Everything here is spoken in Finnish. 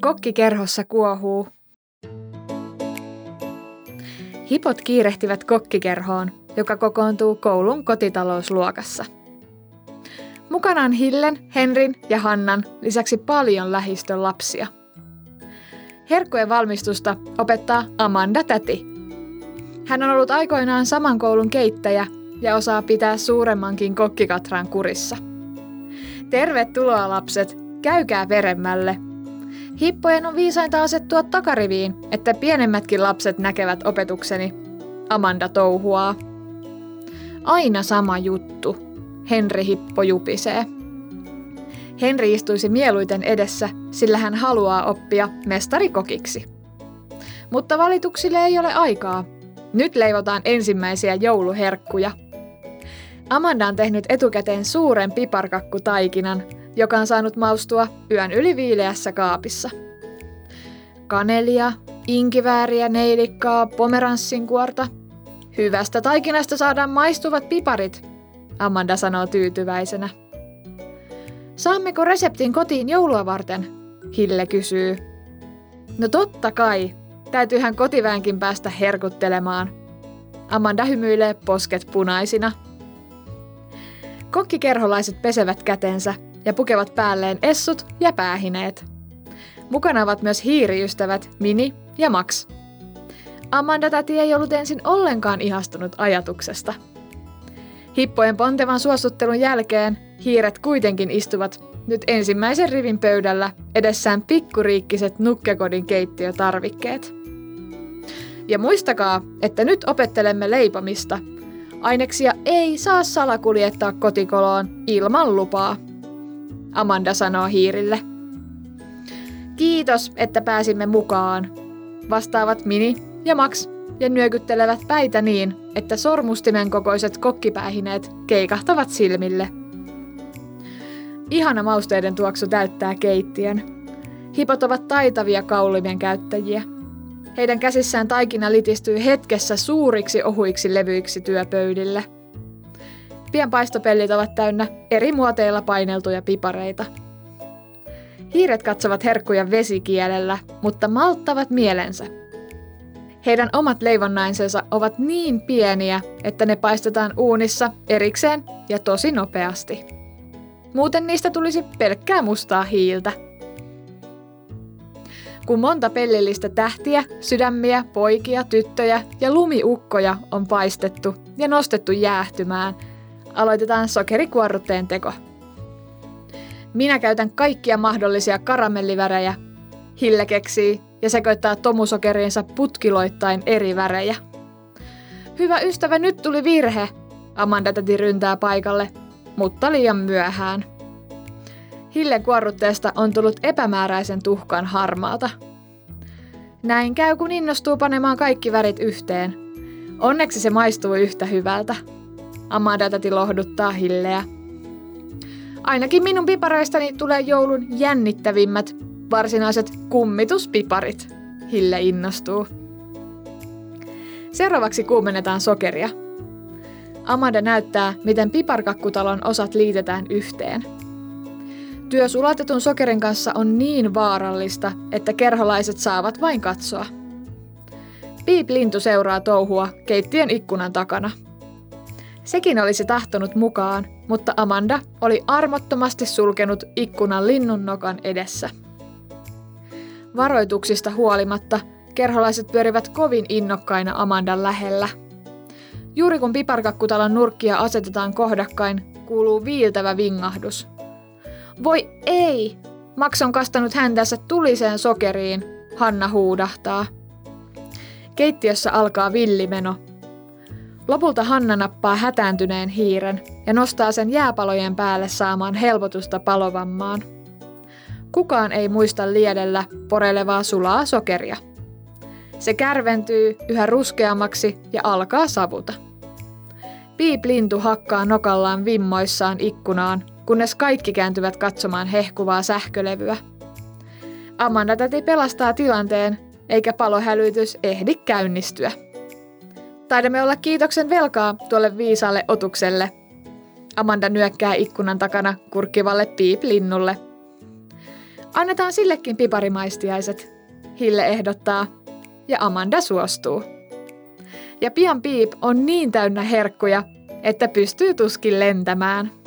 Kokkikerhossa kuohuu. Hipot kiirehtivät kokkikerhoon, joka kokoontuu koulun kotitalousluokassa. Mukana on Hillen, Henrin ja Hannan lisäksi paljon lähistön lapsia. Herkkujen valmistusta opettaa Amanda-täti. Hän on ollut aikoinaan saman koulun keittäjä ja osaa pitää suuremmankin kokkikatran kurissa. Tervetuloa lapset, käykää veremmälle. Hippojen on viisainta asettua takariviin, että pienemmätkin lapset näkevät opetukseni. Amanda touhuaa. Aina sama juttu, Henri Hippo jupisee. Henri istuisi mieluiten edessä, sillä hän haluaa oppia mestarikokiksi. Mutta valituksille ei ole aikaa. Nyt leivotaan ensimmäisiä jouluherkkuja. Amanda on tehnyt etukäteen suuren piparkakkutaikinan, joka on saanut maustua yön yli viileässä kaapissa. Kanelia, inkivääriä, neilikkaa, pomeranssinkuorta. Hyvästä taikinasta saadaan maistuvat piparit, Amanda sanoo tyytyväisenä. Saammeko reseptin kotiin joulua varten? Hille kysyy. No totta kai, täytyyhän kotiväänkin päästä herkuttelemaan. Amanda hymyilee posket punaisina. Kokkikerholaiset pesevät kätensä ja pukevat päälleen essut ja päähineet. Mukana ovat myös hiiriystävät Mini ja Max. Amanda-täti ei ollut ensin ollenkaan ihastunut ajatuksesta. Hippojen pontevan suostuttelun jälkeen hiiret kuitenkin istuvat nyt ensimmäisen rivin pöydällä edessään pikkuriikkiset nukkekodin keittiötarvikkeet. Ja muistakaa, että nyt opettelemme leipomista. Aineksia ei saa salakuljettaa kotikoloon ilman lupaa, Amanda sanoo hiirille. Kiitos, että pääsimme mukaan, vastaavat Mini ja Max ja nyökyttelevät päitä niin, että sormustimen kokoiset kokkipäähineet keikahtavat silmille. Ihana mausteiden tuoksu täyttää keittiön. Hipot ovat taitavia kaulimien käyttäjiä. Heidän käsissään taikina litistyy hetkessä suuriksi ohuiksi levyiksi työpöydille. Pian paistopellit ovat täynnä eri muoteilla paineltuja pipareita. Hiiret katsovat herkkuja vesikielellä, mutta malttavat mielensä. Heidän omat leivonnaisensa ovat niin pieniä, että ne paistetaan uunissa erikseen ja tosi nopeasti. Muuten niistä tulisi pelkkää mustaa hiiltä. Kun monta pellillistä tähtiä, sydämiä, poikia, tyttöjä ja lumiukkoja on paistettu ja nostettu jäähtymään, aloitetaan sokerikuorrutteen teko. Minä käytän kaikkia mahdollisia karamellivärejä, Hille keksii ja sekoittaa tomusokeriinsa putkiloittain eri värejä. Hyvä ystävä, nyt tuli virhe, Amanda-täti ryntää paikalle, mutta liian myöhään. Hillen kuorrutteesta on tullut epämääräisen tuhkan harmaata. Näin käy, kun innostuu panemaan kaikki värit yhteen. Onneksi se maistuu yhtä hyvältä. Amanda-täti lohduttaa Hilleä. Ainakin minun pipareistani tulee joulun jännittävimmät, varsinaiset kummituspiparit, Hille innostuu. Seuraavaksi kuumennetaan sokeria. Amanda näyttää, miten piparkakkutalon osat liitetään yhteen. Työ sulatetun sokerin kanssa on niin vaarallista, että kerholaiset saavat vain katsoa. Piip-lintu seuraa touhua keittiön ikkunan takana. Sekin olisi tahtonut mukaan, mutta Amanda oli armottomasti sulkenut ikkunan linnunnokan edessä. Varoituksista huolimatta kerholaiset pyörivät kovin innokkaina Amandan lähellä. Juuri kun piparkakkutalon nurkkia asetetaan kohdakkain, kuuluu viiltävä vingahdus. Voi ei! Max on kastanut häntänsä tuliseen sokeriin, Hanna huudahtaa. Keittiössä alkaa villimeno. Lopulta Hanna nappaa hätääntyneen hiiren ja nostaa sen jääpalojen päälle saamaan helpotusta palovammaan. Kukaan ei muista liedellä porelevaa sulaa sokeria. Se kärventyy yhä ruskeammaksi ja alkaa savuta. Piip-lintu hakkaa nokallaan vimmoissaan ikkunaan, kunnes kaikki kääntyvät katsomaan hehkuvaa sähkölevyä. Amanda-täti pelastaa tilanteen, eikä palohälytys ehdi käynnistyä. Taidamme olla kiitoksen velkaa tuolle viisaalle otukselle. Amanda nyökkää ikkunan takana kurkkivalle Piip-linnulle. Annetaan sillekin piparimaistiaiset, Hille ehdottaa, ja Amanda suostuu. Ja pian Piip on niin täynnä herkkuja, että pystyy tuskin lentämään.